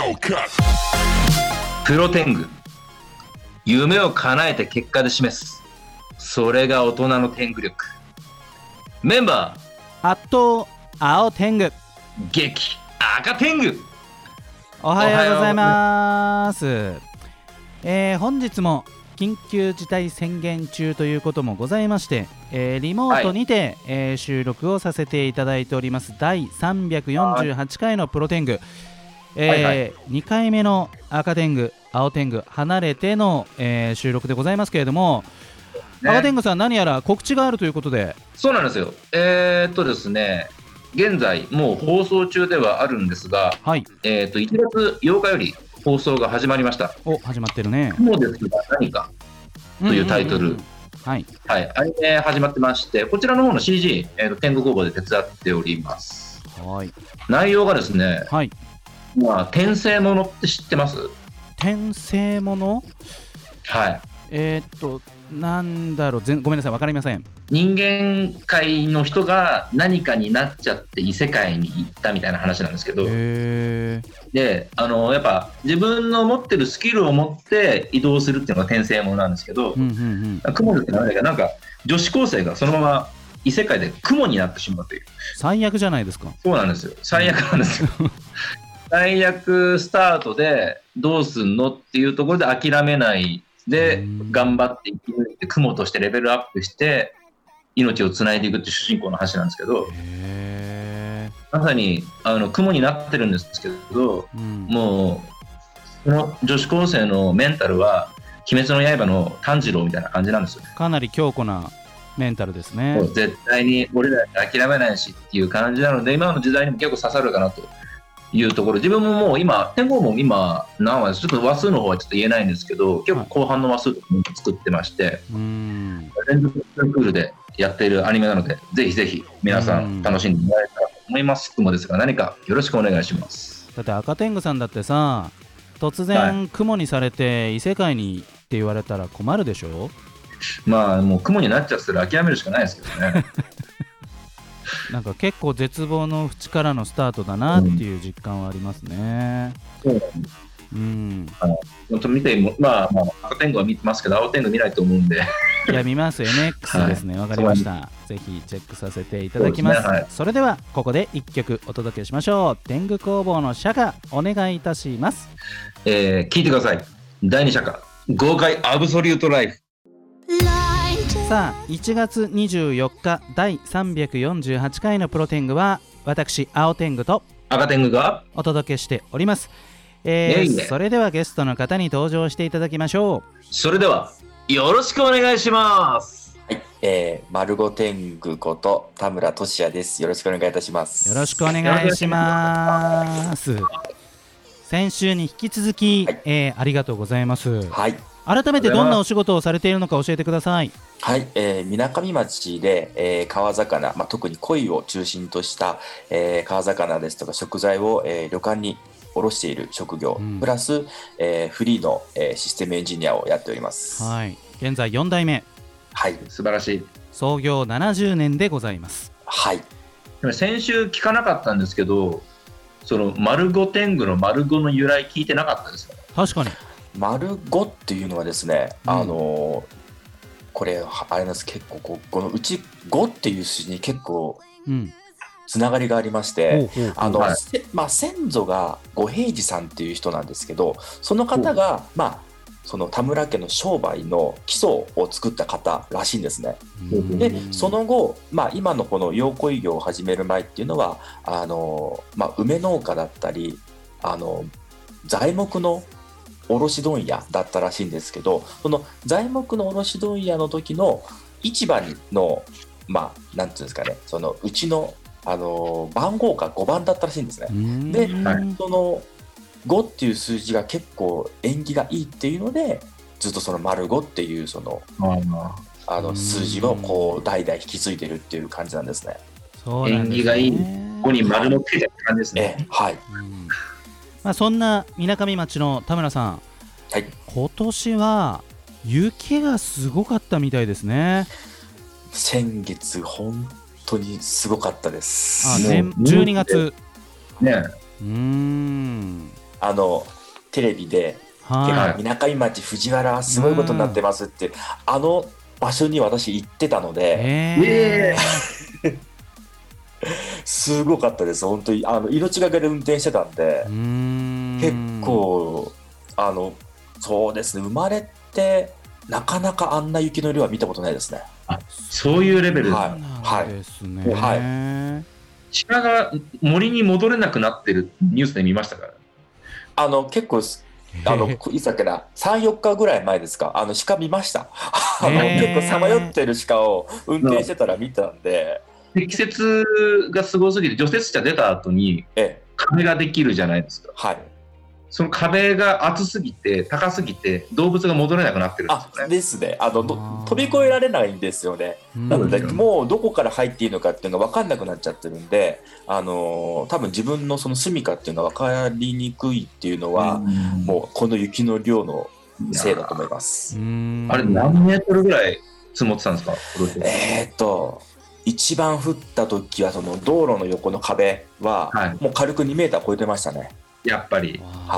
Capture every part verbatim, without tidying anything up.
プロテング、夢を叶えて結果で示す、それが大人の天狗力。メンバー圧倒青天狗、 激赤天狗。 おはようございます。えー、本日も緊急事態宣言中ということもございまして、えー、リモートにて、はい、えー、収録をさせていただいておりますだいさんびゃくよんじゅうはちかいのプロテング、えーはいはい、にかいめの赤天狗青天狗離れての、えー、収録でございますけれども、ね、赤天狗さん、何やら告知があるということで。 そうなんですよ。えー、っとですね現在もう放送中ではあるんですが、はい、えー、っといちがつようかより放送が始まりました。 お、始まってるね。 もうですが何かというタイトル、うんうんうんうん、はいはい、アニメ始まってまして、こちらの方の シージー、えー、と天狗工房で手伝っております。はい、内容がですね、はい、まあ、転生ものって知ってます？ 転生もの？はい。えー、っとなんだろう、ぜんごめんなさい、分かりません。 人間界の人が何かになっちゃって異世界に行ったみたいな話なんですけど、へー、であのやっぱ自分の持ってるスキルを持って移動するっていうのが転生ものなんですけど、うんうんうん、雲ってなんだかなんか女子高生がそのまま異世界で雲になってしまうという。 最悪じゃないですか。 そうなんですよ、最悪なんですよ最悪スタートでどうすんのっていうところで諦めないで頑張って生き抜いて雲としてレベルアップして命をつないでいくっていう主人公の話なんですけど、へー、まさにあの雲になってるんですけど、うん、もうその女子高生のメンタルは鬼滅の刃の炭治郎みたいな感じなんですよ。 かなり強固なメンタルですね。 絶対に俺ら諦めないしっていう感じなので、今の時代にも結構刺さるかなというところ。自分ももう今天狗も今何話、ちょっと話数の方はちょっと言えないんですけど、結構後半の話数とかも作ってまして、はい、うん、連続クールでやっているアニメなので、ぜひぜひ皆さん楽しんでもらえたらと思います。雲ですが何かよろしくお願いします。 だって赤天狗さんだってさ、突然雲にされて異世界にって言われたら困るでしょ。 まあもう雲になっちゃったら諦めるしかないですけどねなんか結構絶望の淵からのスタートだなっていう実感はありますね。うん、 うん、あの本当見ても、まあ、まあ、赤天狗は見てますけど青天狗見ないと思うんでいや見ます、エヌエックス ですね。わ、はい、かりました。ぜひチェックさせていただきます。 そ, うですね、はい、それではここでいっきょくお届けしましょう。天狗工房の社歌お願いいたします。 えー、聞いてください。だいに社歌、豪快アブソリュートライフ。 さあいちがつにじゅうよっかだいさんびゃくよんじゅうはちかいのプロテングは私青天狗と赤天狗がお届けしております。えー、いいね、それではゲストの方に登場していただきましょう。 それではよろしくお願いします。 はい、えー、丸ご天狗こと田村俊也です。よろしくお願いいたします。 よろしくお願いします。先週に引き続き、はい、えー、ありがとうございます。はい、改めてどんなお仕事をされているのか教えてください。 はい、えー、水上町で、えー、川魚、まあ、特に鯉を中心とした、えー、川魚ですとか食材を、えー、旅館に卸している職業、うん、プラス、えー、フリーの、えー、システムエンジニアをやっております。 はい、現在よんだいめ。 はい、 素晴らしい。 創業ななじゅうねんでございます。 はい。 先週聞かなかったんですけど、その丸ご天狗の丸ごの由来聞いてなかったですか？ 確かに丸ごっていうのはですね、うん、あのーこれあれなんです、結構こうこのうちごっていう数字に結構つながりがありまして、うん、あの、はい、まあ、先祖が五平次さんっていう人なんですけど、その方が、まあ、その田村家の商売の基礎を作った方らしいんですね。でその後、まあ、今のこの養鯉業を始める前っていうのはあの、まあ、梅農家だったりあの材木の卸問屋だったらしいんですけど、その材木の卸問屋の時の市場の、まあ、なんていうんですかね、そのうちの、あの番号がごばんだったらしいんですね。で、そのごっていう数字が結構縁起がいいっていうので、ずっとその丸ごっていうその、あの数字をこう代々引き継いでるっていう感じなんですね。 そうなんですね。縁起がいい、ここに丸のついてる感じですね。 はい、はい、 まあ、そんな水上町の田村さん、はい、今年は雪がすごかったみたいですね。 先月本当にすごかったです。 あ、ね、じゅうにがつね、 うーんあのテレビでみなかみ町藤原すごいことになってますって、うん、あの場所に私行ってたので、えー、すごかったです。本当にあの命がけで運転してたんで、うーん、結構あのそうですね、生まれてなかなかあんな雪の量は見たことないですね。 あ、そういうレベルです。 はいですね。はい。 鹿が森に戻れなくなってるニュースで見ましたから。 あの結構あのいつだっけな、さん、よっかぐらい前ですか、あの鹿見ました。あの結構さまよってる鹿を運転してたら見たんで、 積雪がすごすぎて除雪車出た後に壁ができるじゃないですか。はい。その壁が厚すぎて高すぎて動物が戻れなくなってるんですよね。 あですね、あの飛び越えられないんですよね。なのでもうどこから入っていいのかっていうのが分かんなくなっちゃってるんで、あの多分自分のその住処っていうのが分かりにくいっていうのはもうこの雪の量のせいだと思います。 あれ何メートルぐらい積もってたんですか？ えーっと一番降った時はその道路の横の壁はもう軽くにメーター超えてましたね。 やっぱり、 はい、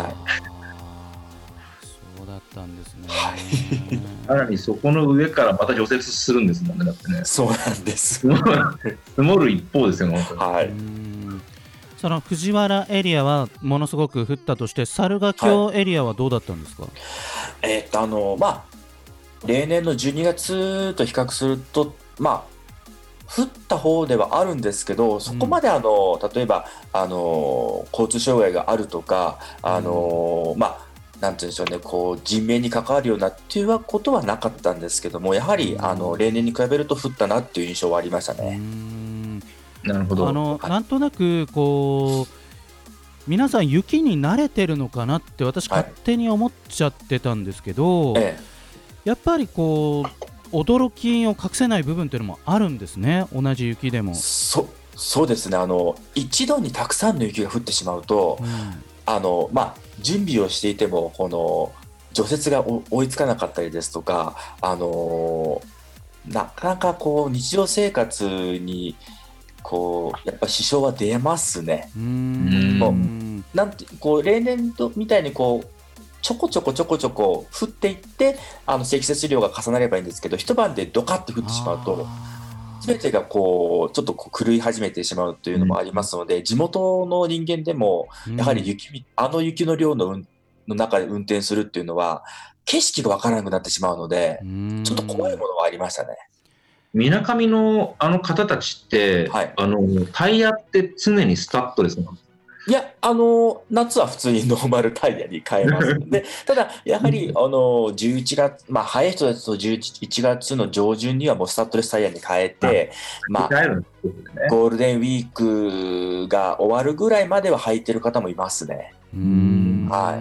そうだったんですね。 はい、 さらにそこの上からまた除雪するんですもんね。だってね。 そうなんです。 積もる一方ですよ、本当に。 はい。 その藤原エリアはものすごく降ったとして、猿ヶ京エリアはどうだったんですか？はい、 えー、っとあのまあ例年のじゅうにがつと比較するとまあ降った方ではあるんですけど、そこまであの、うん、例えばあの交通障害があるとか、あの、うん、まあなんていうんでしょうね、こう人命に関わるようなっていうことはなかったんですけども、やはり、うん、あの例年に比べると降ったなっていう印象はありましたね。うーん、 なるほど。 あの、はい、なんとなくこう皆さん雪に慣れてるのかなって私勝手に思っちゃってたんですけど、はい、ええ、やっぱりこう驚きを隠せない部分というのもあるんですね。同じ雪でも。 そ、そうですね、あの一度にたくさんの雪が降ってしまうと、うん、あのまあ、準備をしていてもこの除雪が追いつかなかったりですとか、あのなかなかこう日常生活にこうやっぱ支障は出ますね。うーん、もうなんてこう例年とみたいにこうちょこちょこちょこちょこ降っていってあの積雪量が重なればいいんですけど、一晩でドカッと降ってしまうと全てがこうちょっとこう狂い始めてしまうというのもありますので、うん、地元の人間でもやはり雪、うん、あの雪の量の、の中で運転するっていうのは景色が分からなくなってしまうので、うん、ちょっと怖いものはありましたね。 みなかみのあの方たちって、はい、あのタイヤって常にスタッドレスなんですか？ いや、あの夏は普通にノーマルタイヤに変えますで、ただやはりあのじゅういちがつ、まあ、早い人だとじゅういちがつの上旬にはもうスタッドレスタイヤに変えて、まあ、ゴールデンウィークが終わるぐらいまでは履いてる方もいますね。うーん、はい、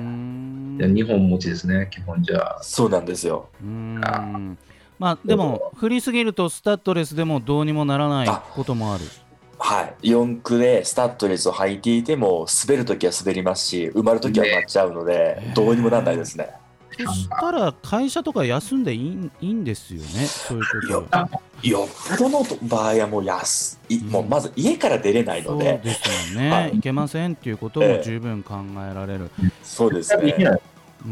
にほん持ちですね、基本じゃあ。 そうなんですよ。 うーん、まあ、でも降りすぎるとスタッドレスでもどうにもならないこともある。 はい、四駆でスタッドレスを履いていても滑るときは滑りますし、埋まるときは埋まっちゃうので、ね、どうにもならないですね。 そしたら会社とか休んでいい、いいんですよね、そういうこと。 よっぽどの場合はもう休い、もうまず家から出れないので、 そうですよね、はい、いけませんっていうことも十分考えられる、 えー、そうですね。 うん、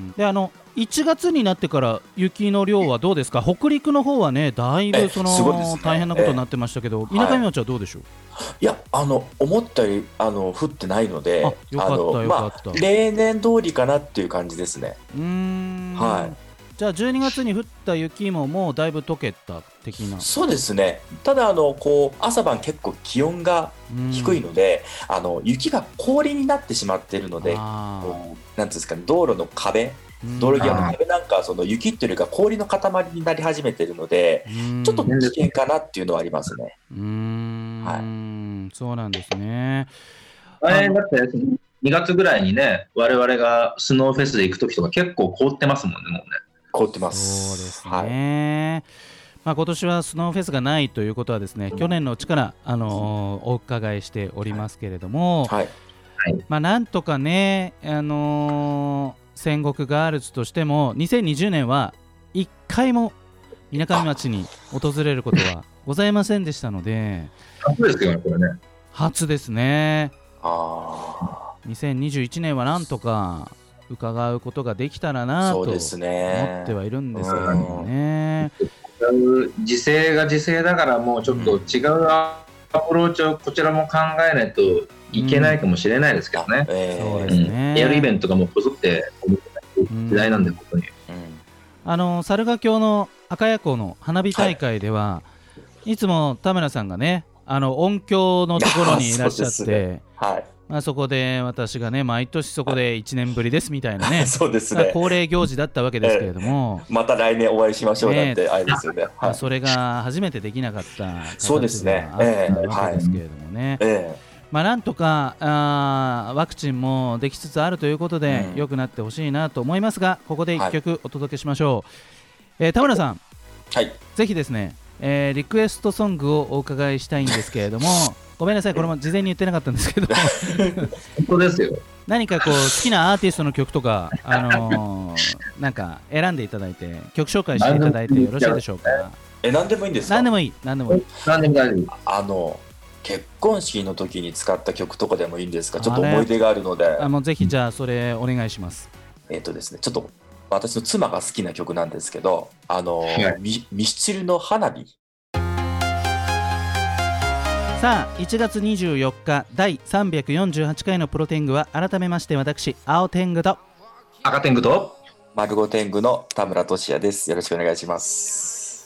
であのいちがつになってから雪の量はどうですか？北陸の方はね、だいぶその、ね、大変なことになってましたけど、みなかみ町はどうでしょう？ はい、いや、あの思ったよりあの降ってないので、 あ、よかったよかった、 まあ、例年通りかなっていう感じですね。 うーん、 はい、 じゃあじゅうにがつに降った雪ももうだいぶ溶けた的な。 そうですね。ただあのこう朝晩結構気温が低いので、あの雪が氷になってしまっているので、こうなんていうんですかね、道路の壁、道路際の壁なんかはその雪っていうよりか氷の塊になり始めているので、ちょっと危険かなっていうのはありますね。 うーん、はい、そうなんですね。 あれだってにがつぐらいにね、我々がスノーフェスで行くときとか結構凍ってますもんね、もうね。 凍ってます。 そうですね。はい、まあ、今年はスノーフェスがないということはですね、去年のうちから、あのー、お伺いしておりますけれども、はいはい、まあ、なんとかね、あのー、戦国ガールズとしてもにせんにじゅうねんはいっかいもみなかみ町に訪れることはございませんでしたので、 初ですよね、これね。 初ですね。 あにせんにじゅういちねんはなんとか伺うことができたらなと思ってはいるんですけどもね。 時勢が時勢だからもうちょっと違うアプローチをこちらも考えないといけないかもしれないですけどね。 うんえー、そうですね、 うん、やるイベントがもうこぞって時代なんで、ここに、うん、 あの猿ヶ京の赤谷湖の花火大会では、はい、いつも田村さんがねあの音響のところにいらっしゃって、ねはいまあ、そこで私がね毎年そこでいちねんぶりですみたいなねそうですね恒例行事だったわけですけれども、 えー、また来年お会いしましょうなんてあれですよね、 はい、それが初めてできなかった形ではあったわけですけれどもね、えーはいえーまあ、なんとかあワクチンもできつつあるということで、うん、良くなってほしいなと思いますが、ここでいっきょくお届けしましょう、はいえー、田村さん、 はい、 ぜひですね、えー、リクエストソングをお伺いしたいんですけれどもごめんなさい、これも事前に言ってなかったんですけど本当ですよ。 何かこう好きなアーティストの曲とか、あのー、なんか選んでいただいて曲紹介していただいてよろしいでしょうか。 え何でもいいんですか。 何でもいい何でもいい何でも大丈夫。 あの結婚式の時に使った曲とかでもいいんですか。ちょっと思い出があるのであもうぜひじゃあそれお願いします。 えっとですねちょっと私の妻が好きな曲なんですけど、あの、はい、ミ, ミスチルの花火。 さあいちがつにじゅうよっかだいさんびゃくよんじゅうはちかいのプロテングは改めまして私青天狗と赤天狗と丸ご天狗の田村俊也です。よろしくお願いします。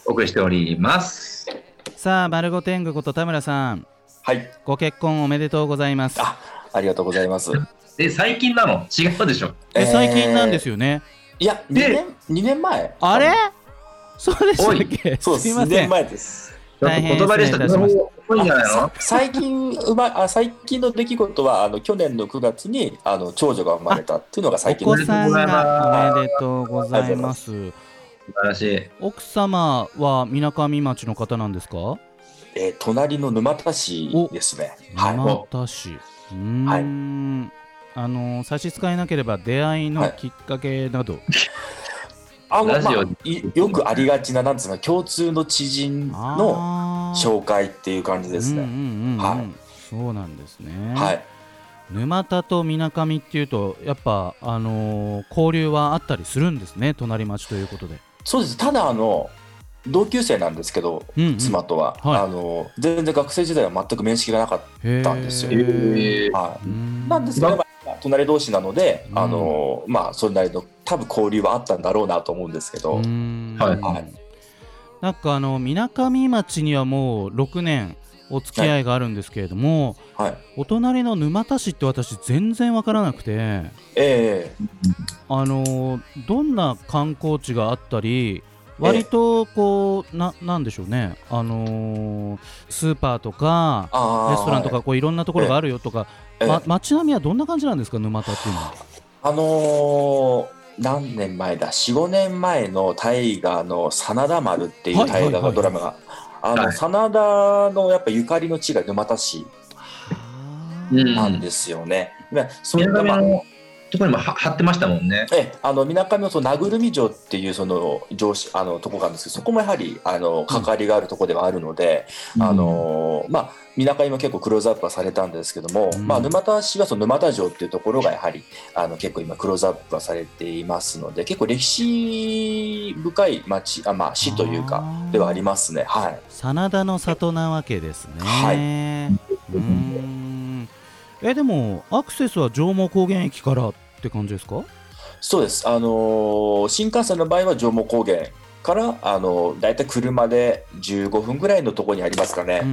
お送りしております。 さあ丸ご天狗こと田村さん、 はい、 ご結婚おめでとうございます。 あ, ありがとうございます。 え最近なの？違うでしょ。 え最近なんですよね。 いやにねん、にねんまえ。 あれそうでしたっけ。 そうです、すいませんにねんまえです。 大変失礼いたしました。 最近うまあ最近の出来事はあの去年のくがつにあの長女が生まれたっていうのが最近の。 お子さんがおめでとうございます。 素晴らしい。 奥様はみなかみ町の方なんですか？ えー、隣の沼田市ですね。 沼田市、はい、うーん、はい、あの差し支えなければ出会いのきっかけなど、はいあのまあ、よくありがちななんですか共通の知人の紹介っていう感じですね。 そうなんですね。 はい、 沼田とみなかみっていうとやっぱ、あのー、交流はあったりするんですね。隣町ということで。 そうです。ただあの同級生なんですけど、うんうん、妻とは、はい、あの全然学生時代は全く面識がなかったんですよ。はい、なんですけど、隣同士なので、うん、あのまあそれなりの多分交流はあったんだろうなと思うんですけど、はいはい、 なんかあのみなかみ町にはもうろくねんお付き合いがあるんですけれども、はいはい、お隣の沼田市って私全然わからなくて、 えー、 あのどんな観光地があったり割とこう な, なんでしょうね、あのー、スーパーとかレストランとかこういろんなところがあるよとか、ま、街並みはどんな感じなんですか、沼田っていうのは。 あのー、何年前だ よん,ご 年前の大河の真田丸っていう大河のドラマが、あの、はい、真田のやっぱゆかりの地が沼田市なんですよね。うん、それがまあところにも貼ってましたもんね。 ええ、あのみなかみのその名ぐるみ城っていうその城址あのとこがあるんですけど、そこもやはりあの関わりがあるところではあるので、うん、あのまあみなかみも結構クローズアップはされたんですけども、うん、まあ沼田市はその沼田城っていうところがやはりあの結構今クローズアップはされていますので、結構歴史深い町あまあ市というかではありますね。はい。 真田の里なわけですね。 はい。 うーんえでもアクセスは上毛高原駅からって感じですか？ そうです。あのー、新幹線の場合は上毛高原からあのだいたい車でじゅうごふんぐらいのところにありますかね。 うんうんうん、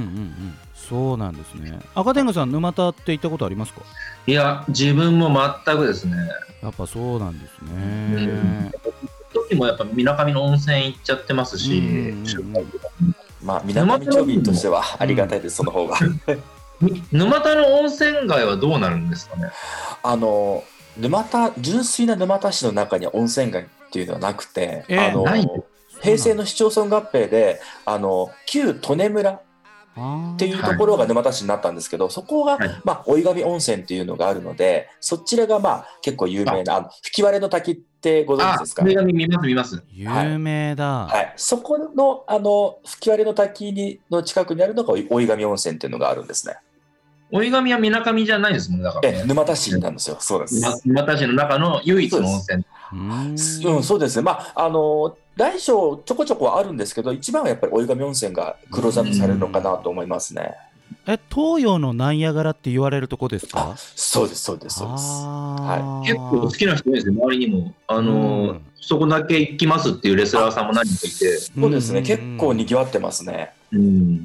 そうなんですね。赤天狗さん沼田って行ったことありますか？ いや自分も全くですね。 やっぱそうなんですね。うん、時もやっぱみなかみの温泉行っちゃってますし、うんうんうん、 まあみなかみ町民としてはありがたいです、うん、その方が。 沼田の温泉街はどうなるんですかね。 あの沼田純粋な沼田市の中には温泉街っていうのはなくて、えー、あの平成の市町村合併であの旧利根村っていうところが沼田市になったんですけど、はい、そこが、はいまあ、追上温泉っていうのがあるので、そちらが、まあ、結構有名なあの吹割の滝ってご存知ですか？ 見ます見ます有名だ、 はいはい、そこの、あの吹割の滝にの近くにあるのが追上温泉っていうのがあるんですね。 追い神は水上じゃないですもんね、だから、ね。 え、沼田市なんですよ。そうです。 沼田市の中の唯一の温泉。 うん、うん、そうですね。まあ、あの、大小ちょこちょこはあるんですけど、一番はやっぱり追い神温泉がクローズアップされるのかなと思いますね。 え、東洋のナイアガラって言われるとこですか？ そうです、そうです、そうです。 はい、結構好きな人多いですね、周りにも。あの、うん、そこだけ行きますっていうレスラーさんも何人かいて。 そうですね、結構にぎわってますね。 うん、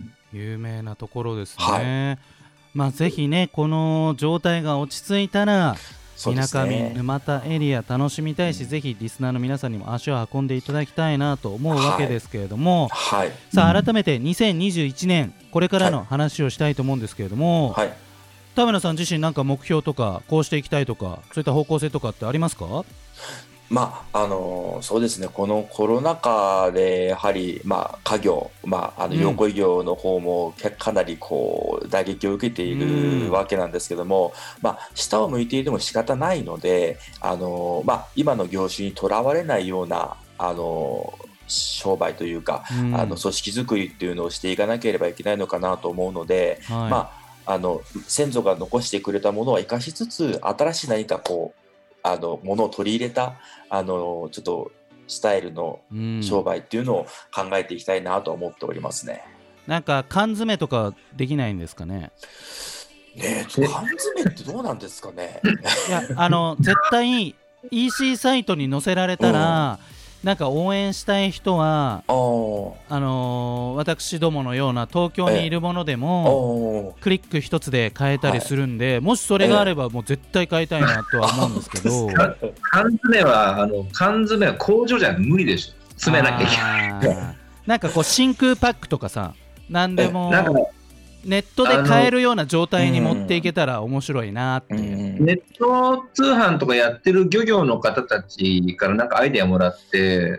有名なところですね。はい、まあ、ぜひね、この状態が落ち着いたら、みなかみ、沼田エリア楽しみたいし、うん、ぜひリスナーの皆さんにも足を運んでいただきたいなと思うわけですけれども、はいはい、さあ改めてにせんにじゅういちねんこれからの話をしたいと思うんですけれども、はい、田村さん自身なんか目標とかこうしていきたいとかそういった方向性とかってありますか？ まああのそうですね、このコロナ禍でやはり、まあ、家業、まあ、あの養鯉業の方もかなりこう打撃を受けているわけなんですけども、まあ、下を向いていても仕方ないので、あの、まあ、今の業種にとらわれないようなあの商売というか、うん、あの組織づくりっていうのをしていかなければいけないのかなと思うので、はい、まあ、あの先祖が残してくれたものは生かしつつ、新しい何かこうあのものを取り入れたあのちょっとスタイルの商売っていうのを考えていきたいなと思っておりますね。 うん、なんか缶詰とかできないんですかね。 ねえ、缶詰ってどうなんですかね。 いや、あの絶対 イーシー サイトに載せられたら、うん、なんか応援したい人はあのー、私どものような東京にいるものでもクリック一つで買えたりするんで、はい、もしそれがあればもう絶対買いたいなとは思うんですけど、 缶詰はあの缶詰は工場じゃなくて無理でしょ、詰めなきゃいけない。 なんかこう真空パックとかさ、なんでもネットで買えるような状態に持っていけたら面白いなって。 ネット通販とかやってる漁業の方たちからなんかアイデアもらって、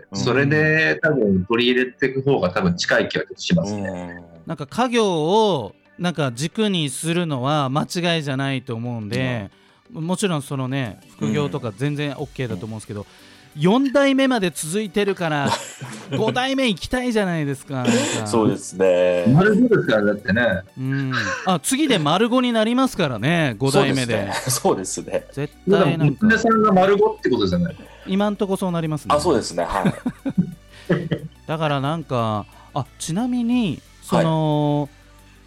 それで多分取り入れていく方が多分近い気がしますね。 なんか家業をなんか軸にするのは間違いじゃないと思うんで、もちろんそのね副業とか全然 OK だと思うんですけど、よん代目まで続いてるからご代目行きたいじゃないですか。なんかそうですね。 丸ごですからだってね。 うん、あ、次で丸ごになりますからね、ご代目で。 そうですね。 絶対なんか。 娘さんが丸ごってことですよね。 今んとこそうなりますね。 あ、そうですね。はい。 だからなんか、あ、ちなみにその、はい、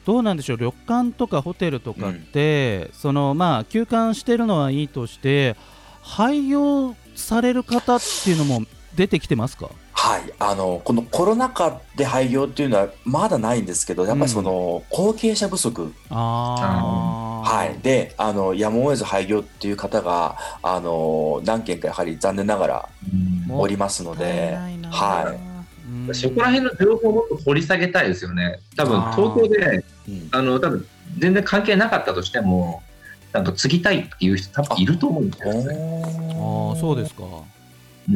どうなんでしょう、旅館とかホテルとかって、うん、そのまあ休館してるのはいいとして、廃業される方っていうのも出てきてますか？ はい、あのこのコロナ禍で廃業っていうのはまだないんですけど、やっぱりその、うん、後継者不足、あ、はい、であのやむを得ず廃業っていう方があの何件かやはり残念ながらおりますので、はい、 そこら辺の情報をもっと掘り下げたいですよね。多分東京で、うん、あの多分全然関係なかったとしてもなんか継ぎたいっていう人多分いると思うんですよね。 ああ、そうですか。 うん、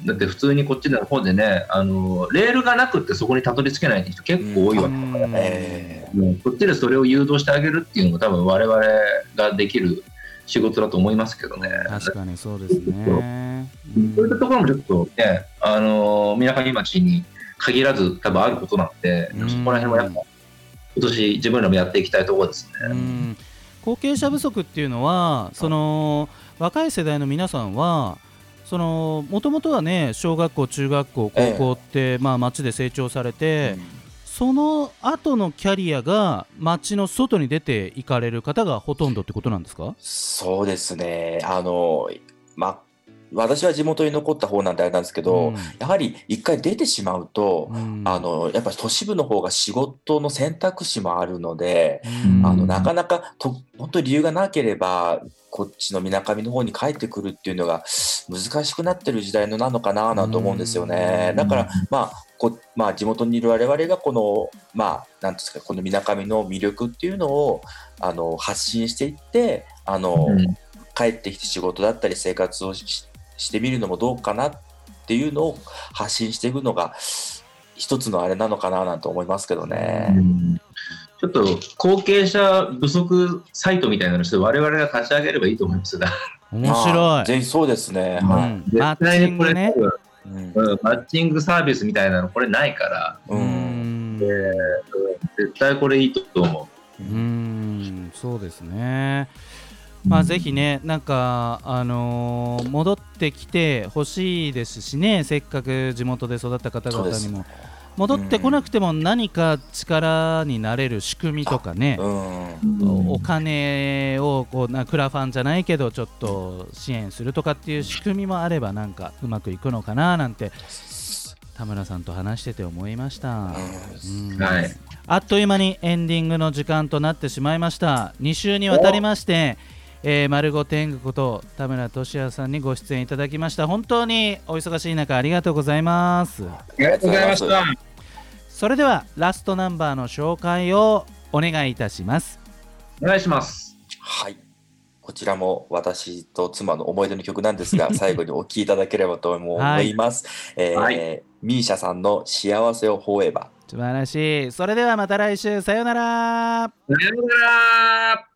だって普通にこっちの方でね、あのレールがなくってそこにたどり着けない人結構多いわけだから、えー、こっちでそれを誘導してあげるっていうのが多分我々ができる仕事だと思いますけどね。 確かにそうですね。 そういったところもちょっとね、あのみなかみ町に限らず多分あることなので、そこら辺はやっぱ今年自分らもやっていきたいところですね。うん、 後継者不足っていうのは、その若い世代の皆さんはもともとはね、小学校中学校高校って、ええ、まあ、町で成長されて、うん、その後のキャリアが町の外に出ていかれる方がほとんどってことなんですか？ そうですね、あの、ま、私は地元に残った方なんであれなんですけど、うん、やはり一回出てしまうと、うん、あのやっぱり都市部の方が仕事の選択肢もあるので、うん、あのなかなかと本当に理由がなければこっちのみなかみの方に帰ってくるっていうのが難しくなってる時代のなのかなと思うんですよね。だからまあこまあ、地元にいる我々がこのまあなんですか、このみなかみの魅力っていうのをあの発信していって、あの、うん、帰ってきて仕事だったり生活をししてみるのもどうかなっていうのを発信していくのが一つのあれなのかななんて思いますけどね。うん、 ちょっと後継者不足サイトみたいなのして我々が立ち上げればいいと思いますよ。 面白い。 ぜひそうですね。 うん、はい、マッチングね、 うん、マッチングサービスみたいなのこれないから、うん、で絶対これいいと思うーん、そうですね。まあぜひね、なんかあのー、戻ってきてほしいですしね、せっかく地元で育った方々にも戻ってこなくても何か力になれる仕組みとかね、お金をこうなクラファンじゃないけどちょっと支援するとかっていう仕組みもあればなんかうまくいくのかななんて田村さんと話してて思いました。うん、はい、あっという間にエンディングの時間となってしまいました。に週にわたりましてえー、丸ご天狗こと田村俊也さんにご出演いただきました。本当にお忙しい中ありがとうございます。 ありがとうございました。 それではラストナンバーの紹介をお願いいたします。 お願いします。 はい、こちらも私と妻の思い出の曲なんですが最後にお聴きいただければと思います、はいえーはい、ミーシャさんの幸せをフォーエバー。 素晴らしい。それではまた来週、さようなら。 さようなら。